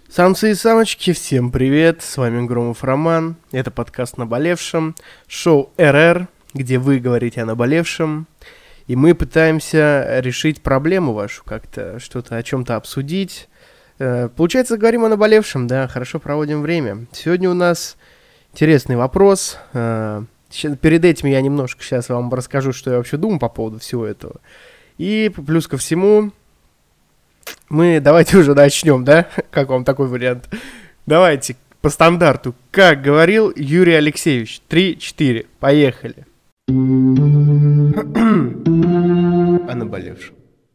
Самцы и самочки, всем привет, с вами Громов Роман, это подкаст «Наболевшем», шоу РР, где вы говорите о наболевшем, и мы пытаемся решить проблему вашу, как-то что-то о чем-то обсудить. Получается, говорим о наболевшем, да, хорошо проводим время. Сегодня у нас интересный вопрос. Перед этим я немножко сейчас вам расскажу, что я вообще думаю по поводу всего этого. И плюс ко всему... Мы давайте уже начнем, да? Как вам такой вариант? Давайте по стандарту. Как говорил Юрий Алексеевич. 3-4. Поехали. О наболевшем.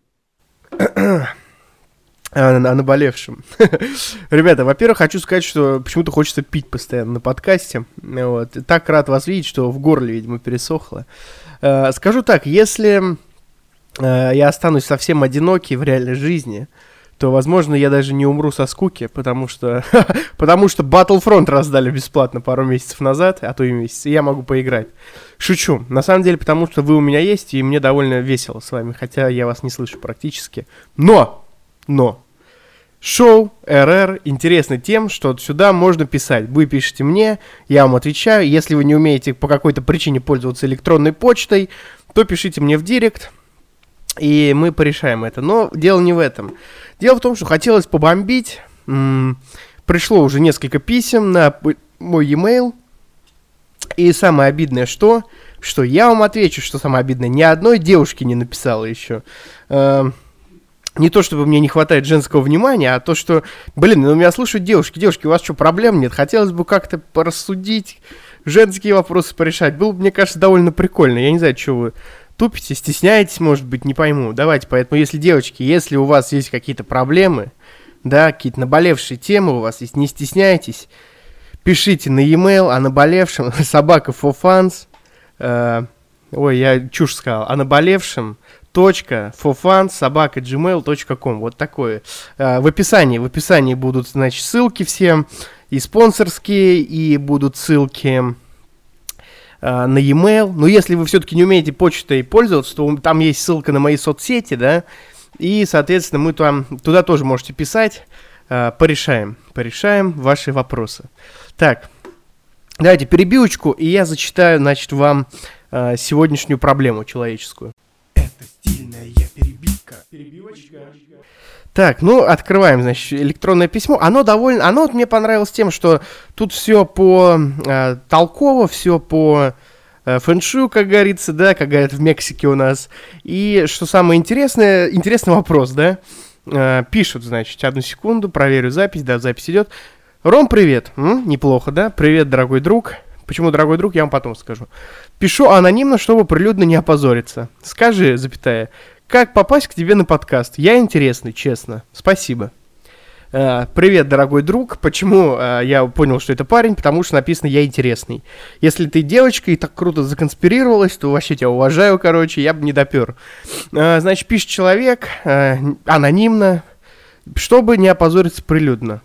О наболевшем. Ребята, во-первых, хочу сказать, что почему-то хочется пить постоянно на подкасте. Вот. Так рад вас видеть, что в горле, видимо, пересохло. Скажу так, если... я останусь совсем одинокий в реальной жизни, то, возможно, я даже не умру со скуки, потому что Battlefront раздали бесплатно пару месяцев назад, а то и месяц, и я могу поиграть. Шучу. На самом деле, потому что вы у меня есть, и мне довольно весело с вами, хотя я вас не слышу практически. Но! Шоу РР интересно тем, что сюда можно писать. Вы пишете мне, я вам отвечаю. Если вы не умеете по какой-то причине пользоваться электронной почтой, то пишите мне в директ. И мы порешаем это. Но дело не в этом. Дело в том, что хотелось побомбить. Пришло уже несколько писем на мой e-mail. И самое обидное, что я вам отвечу, что самое обидное, ни одной девушки не написала еще. Не то, чтобы мне не хватает женского внимания, а то, что, меня слушают девушки. Девушки, у вас что, проблем нет? Хотелось бы как-то порассудить, женские вопросы порешать. Было бы, мне кажется, довольно прикольно. Я не знаю, что вы... тупите, стесняетесь, может быть, не пойму. Давайте, поэтому, девочки, если у вас есть какие-то проблемы, да, какие-то наболевшие темы у вас есть, не стесняйтесь, пишите на e-mail о наболевшем, собака for fans, я чушь сказал, о наболевшем, .forfans@gmail.com, вот такое. В описании будут, значит, ссылки все, и спонсорские, и будут ссылки... на e-mail, но если вы все-таки не умеете почтой пользоваться, то там есть ссылка на мои соцсети, да, и, соответственно, мы туда тоже можете писать, порешаем ваши вопросы. Так, давайте перебивочку, и я зачитаю, значит, вам сегодняшнюю проблему человеческую. Это стильная перебивка. Перебивочка. Так, открываем, значит, электронное письмо. Оно мне понравилось тем, что тут все по толково, все по фэншую, как говорится, да, как говорят в Мексике у нас. И что самое интересное, интересный вопрос, да, пишут, значит, одну секунду, проверю запись, да, запись идет. Ром, привет, неплохо, да, привет, дорогой друг. Почему дорогой друг, я вам потом скажу. Пишу анонимно, чтобы прилюдно не опозориться. Скажи, запятая, как попасть к тебе на подкаст? Я интересный, честно. Спасибо. Привет, дорогой друг. Почему я понял, что это парень? Потому что написано «я интересный». Если ты девочка и так круто законспирировалась, то вообще тебя уважаю, я бы не допер. Значит, пишет человек анонимно, чтобы не опозориться прилюдно.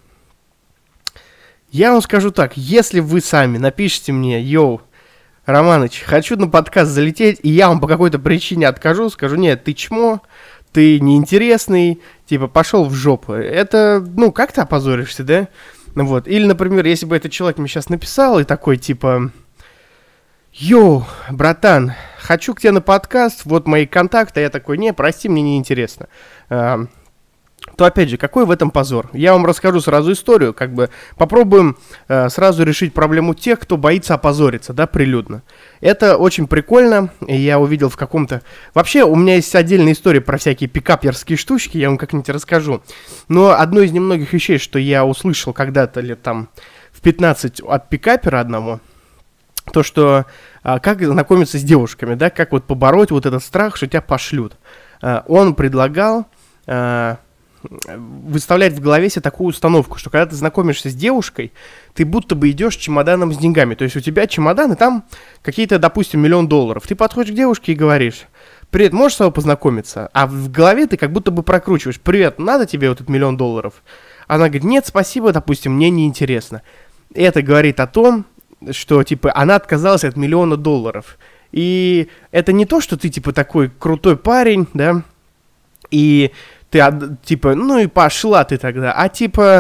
Я вам скажу так, если вы сами напишите мне «Йоу, Романыч, хочу на подкаст залететь», и я вам по какой-то причине откажу, скажу: «Нет, ты чмо, ты неинтересный, пошел в жопу». Это, как ты опозоришься, да? Вот. Или, например, если бы этот человек мне сейчас написал и такой, «Йоу, братан, хочу к тебе на подкаст, вот мои контакты», я такой: «Не, прости, мне неинтересно». То, опять же, какой в этом позор? Я вам расскажу сразу историю, попробуем сразу решить проблему тех, кто боится опозориться, да, прилюдно. Это очень прикольно, и я увидел в каком-то... Вообще, у меня есть отдельная история про всякие пикаперские штучки, я вам как-нибудь расскажу. Но одно из немногих вещей, что я услышал когда-то лет в 15 от пикапера одного, то, что как знакомиться с девушками, да, как побороть этот страх, что тебя пошлют. Он предлагал... выставлять в голове себе такую установку, что когда ты знакомишься с девушкой, ты будто бы идешь с чемоданом с деньгами. То есть у тебя чемодан, и там какие-то, допустим, $1 000 000. Ты подходишь к девушке и говоришь: «Привет, можешь с тобой познакомиться?» А в голове ты как будто бы прокручиваешь: «Привет, надо тебе вот этот $1 000 000?» Она говорит: «Нет, спасибо, допустим, мне неинтересно». Это говорит о том, что, она отказалась от $1 000 000. И это не то, что ты, такой крутой парень, да, и ты, ну и пошла ты тогда, а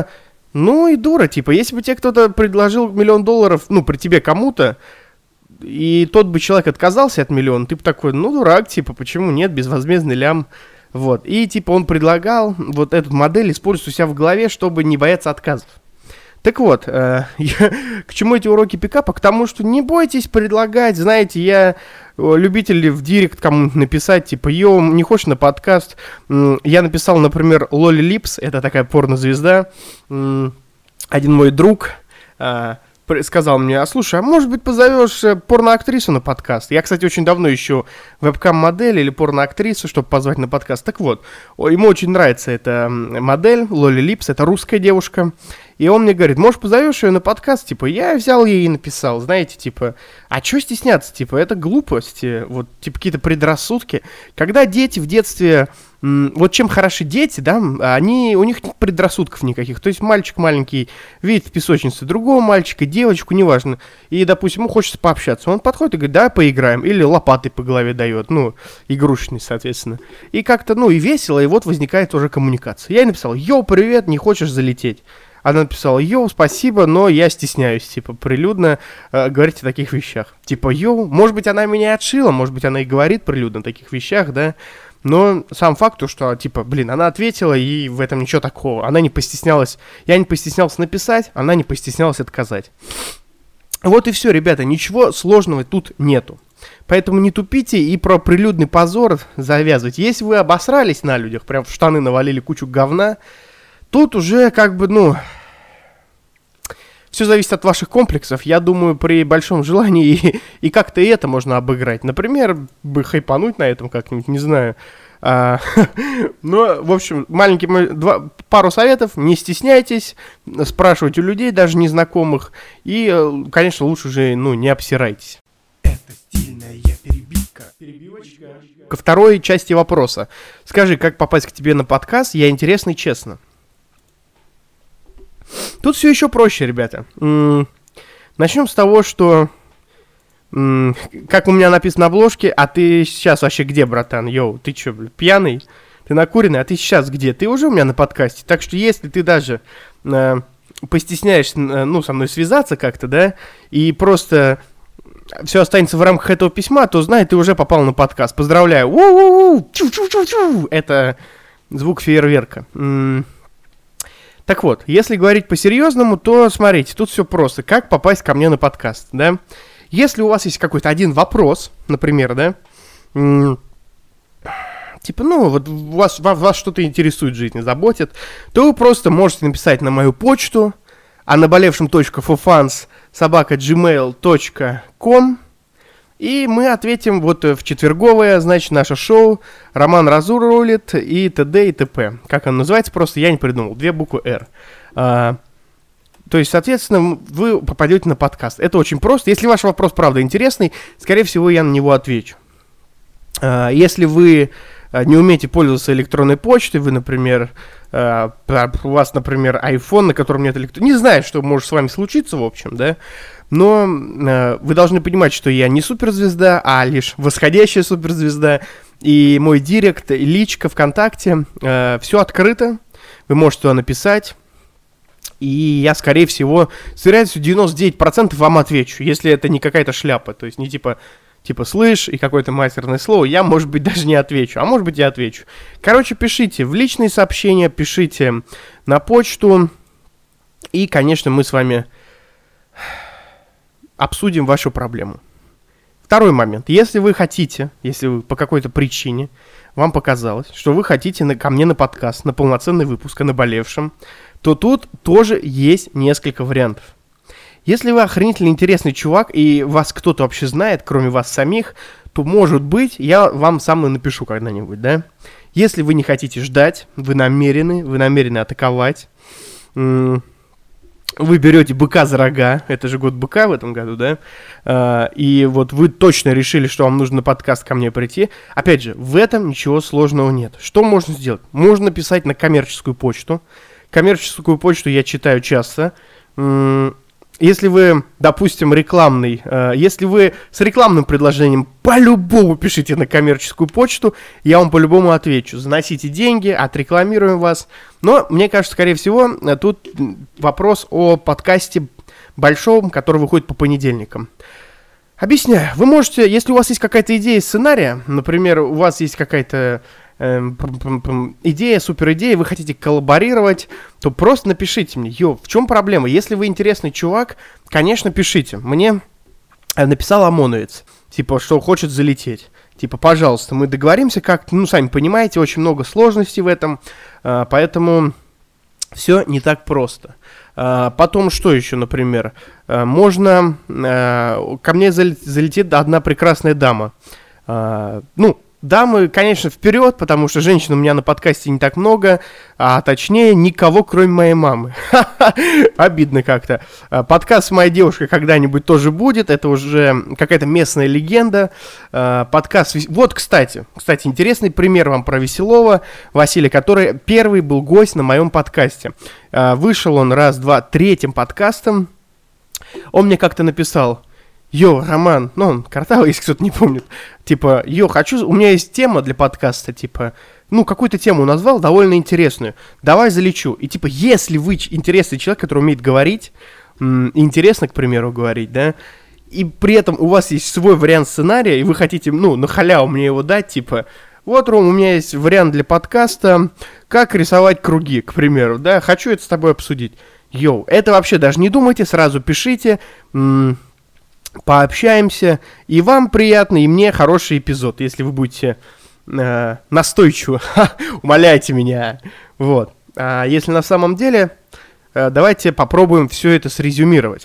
Ну и дура, типа, если бы тебе кто-то предложил $1 миллион, ну, при тебе кому-то, и тот бы человек отказался от миллиона, ты бы такой, ну, дурак, типа, почему нет, безвозмездный лям, вот. И, типа, он предлагал вот эту модель использовать у себя в голове, чтобы не бояться отказов. Так вот, к чему эти уроки пикапа? К тому, что не бойтесь предлагать, знаете, я любитель в директ кому-нибудь написать, типа, йоу, не хочешь на подкаст? Я написал, например, Лоли Липс, это такая порнозвезда, один мой друг сказал мне, слушай, а может быть позовешь порноактрису на подкаст? Я, кстати, очень давно ищу вебкам-модель или порноактрису, чтобы позвать на подкаст. Так вот, ему очень нравится эта модель, Лоли Липс, это русская девушка. И он мне говорит, может, позовешь ее на подкаст? Типа, я взял ей и написал, знаете, типа, а чё стесняться? Типа, это глупости, вот, типа, какие-то предрассудки. Когда дети в детстве, вот чем хороши дети, да, у них нет предрассудков никаких. То есть мальчик маленький видит в песочнице другого мальчика, девочку, неважно, и, допустим, ему хочется пообщаться. Он подходит и говорит, давай поиграем, или лопатой по голове дает, ну, игрушечный, соответственно. И как-то, ну, и весело, и вот возникает уже коммуникация. Я ей написал, йоу, привет, не хочешь залететь? Она написала, йоу, спасибо, но я стесняюсь, типа, прилюдно говорить о таких вещах. Типа, йоу, может быть, она меня отшила, может быть, она и говорит прилюдно о таких вещах, да, но сам факт, то, что, типа, блин, она ответила, и в этом ничего такого. Она не постеснялась, я не постеснялся написать, она не постеснялась отказать. Вот и все, ребята, ничего сложного тут нету. Поэтому не тупите и про прилюдный позор завязывайте. Если вы обосрались на людях, прям в штаны навалили кучу говна, тут уже как бы, ну, все зависит от ваших комплексов. Я думаю, при большом желании и как-то и это можно обыграть. Например, бы хайпануть на этом как-нибудь, не знаю. Но, в общем, пару советов. Не стесняйтесь спрашивать у людей, даже незнакомых. И, конечно, лучше уже, ну, не обсирайтесь. Это стильная перебивка. Перебивочка. Ко второй части вопроса. Скажи, как попасть к тебе на подкаст? Я интересный, честно. Тут все еще проще, ребята. Начнем с того, что, как у меня написано на обложке, а ты сейчас вообще где, братан? Йоу, ты че, пьяный? Ты накуренный? А ты сейчас где? Ты уже у меня на подкасте. Так что если ты даже постесняешься, ну, со мной связаться как-то, да, и просто все останется в рамках этого письма, то, знай, ты уже попал на подкаст. Поздравляю. У-у-у! Чу-чу-чу-чу! Это звук фейерверка. Так вот, если говорить по-серьезному, то смотрите, тут все просто. Как попасть ко мне на подкаст, да? Если у вас есть какой-то один вопрос, например, да, типа, ну, вот вас что-то интересует в жизни, заботит, то вы просто можете написать на мою почту anabолевшим.fofans@gmail.com, и мы ответим вот в четверговое, значит, наше шоу «Роман разрулит» и т.д. и т.п. Как оно называется, просто я не придумал, 2 буквы «Р». То есть, соответственно, вы попадете на подкаст. Это очень просто. Если ваш вопрос, правда, интересный, скорее всего, я на него отвечу. Если вы не умеете пользоваться электронной почтой, вы, например, у вас, например, iPhone, на котором нет электронной... Не знаю, что может с вами случиться, в общем, да, но вы должны понимать, что я не суперзвезда, а лишь восходящая суперзвезда, и мой директ, личка, ВКонтакте, все открыто, вы можете туда написать, и я, скорее всего, с вероятностью 99% вам отвечу, если это не какая-то шляпа, то есть не типа, слышь, и какое-то матерное слово, я, может быть, даже не отвечу, а может быть, я отвечу. Короче, пишите в личные сообщения, пишите на почту, и, конечно, мы с вами обсудим вашу проблему. Второй момент. Если вы по какой-то причине вам показалось, что вы хотите ко мне на подкаст, на полноценный выпуск о наболевшем, то тут тоже есть несколько вариантов. Если вы охренительно интересный чувак, и вас кто-то вообще знает, кроме вас самих, то, может быть, я вам сам и напишу когда-нибудь, да? Если вы не хотите ждать, вы намерены атаковать, вы берете быка за рога, это же год быка в этом году, да? И вот вы точно решили, что вам нужно на подкаст ко мне прийти. Опять же, в этом ничего сложного нет. Что можно сделать? Можно писать на коммерческую почту. Коммерческую почту я читаю часто. если вы, допустим, рекламный, если вы с рекламным предложением, по-любому пишите на коммерческую почту, я вам по-любому отвечу. Заносите деньги, отрекламируем вас. Но, мне кажется, скорее всего, тут вопрос о подкасте большом, который выходит по понедельникам. Объясняю. Вы можете, если у вас есть какая-то идея сценария, например, у вас есть какая-то идея, супер идея, вы хотите коллаборировать, то просто напишите мне, в чем проблема? Если вы интересный чувак, конечно, пишите. Мне написал ОМОНовец, типа, что хочет залететь. Типа, пожалуйста, мы договоримся как-то, сами понимаете, очень много сложностей в этом, поэтому все не так просто. Потом, что еще, например, можно, ко мне залетит одна прекрасная дама, дамы, конечно, вперед, потому что женщин у меня на подкасте не так много, а точнее никого, кроме моей мамы. Обидно как-то. Подкаст с моей девушкой когда-нибудь тоже будет, это уже какая-то местная легенда. Подкаст... Вот, кстати, интересный пример вам про Веселова Василия, который первый был гость на моем подкасте. Вышел он третьим подкастом. Он мне как-то написал: Роман, он картавый, если кто-то не помнит, типа, у меня есть тема для подкаста, типа, какую-то тему назвал, довольно интересную, давай залечу. И, типа, если вы интересный человек, который умеет говорить, интересно, к примеру, говорить, да, и при этом у вас есть свой вариант сценария, и вы хотите, на халяву мне его дать, типа, вот, Ром, у меня есть вариант для подкаста, как рисовать круги, к примеру, да, хочу это с тобой обсудить. Это вообще даже не думайте, сразу пишите, пообщаемся, и вам приятно, и мне хороший эпизод, если вы будете настойчивы, умоляйте меня, вот. А если на самом деле, давайте попробуем все это срезюмировать.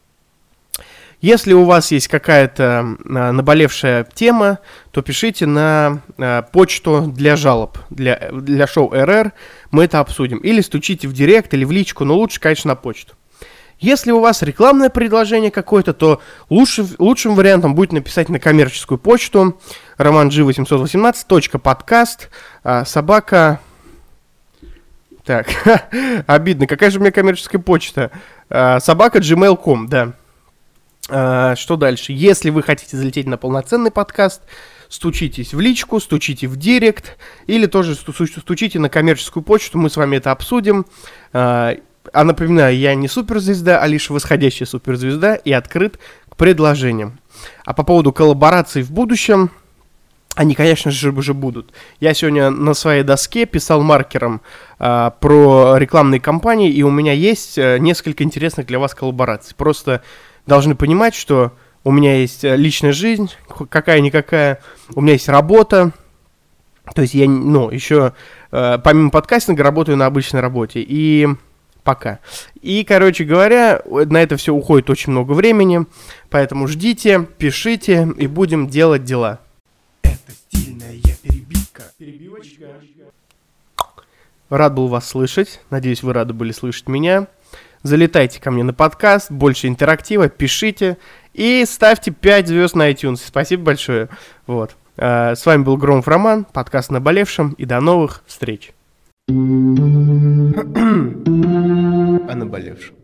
Если у вас есть какая-то наболевшая тема, то пишите на почту для жалоб, для шоу РР, мы это обсудим. Или стучите в директ, или в личку, но лучше, конечно, на почту. Если у вас рекламное предложение какое-то, то лучшим вариантом будет написать на коммерческую почту romanG818.podcast собака... Так, обидно, какая же у меня коммерческая почта? Собака gmail.com, да. Что дальше? Если вы хотите залететь на полноценный подкаст, стучитесь в личку, стучите в директ, или тоже стучите на коммерческую почту, мы с вами это обсудим. А напоминаю, я не суперзвезда, а лишь восходящая суперзвезда и открыт к предложениям. А по поводу коллабораций в будущем, они, конечно же, уже будут. Я сегодня на своей доске писал маркером про рекламные кампании, и у меня есть несколько интересных для вас коллабораций. Просто должны понимать, что у меня есть личная жизнь, какая-никакая, у меня есть работа. То есть я, еще помимо подкастинга работаю на обычной работе. И... пока. И, короче говоря, на это все уходит очень много времени, поэтому ждите, пишите и будем делать дела. Это стильная перебивка. Перебивочка. Рад был вас слышать, надеюсь, вы рады были слышать меня. Залетайте ко мне на подкаст, больше интерактива, пишите и ставьте 5 звезд на iTunes. Спасибо большое. Вот. С вами был Громов Роман, подкаст «Наболевшем», и до новых встреч. О наболевшем.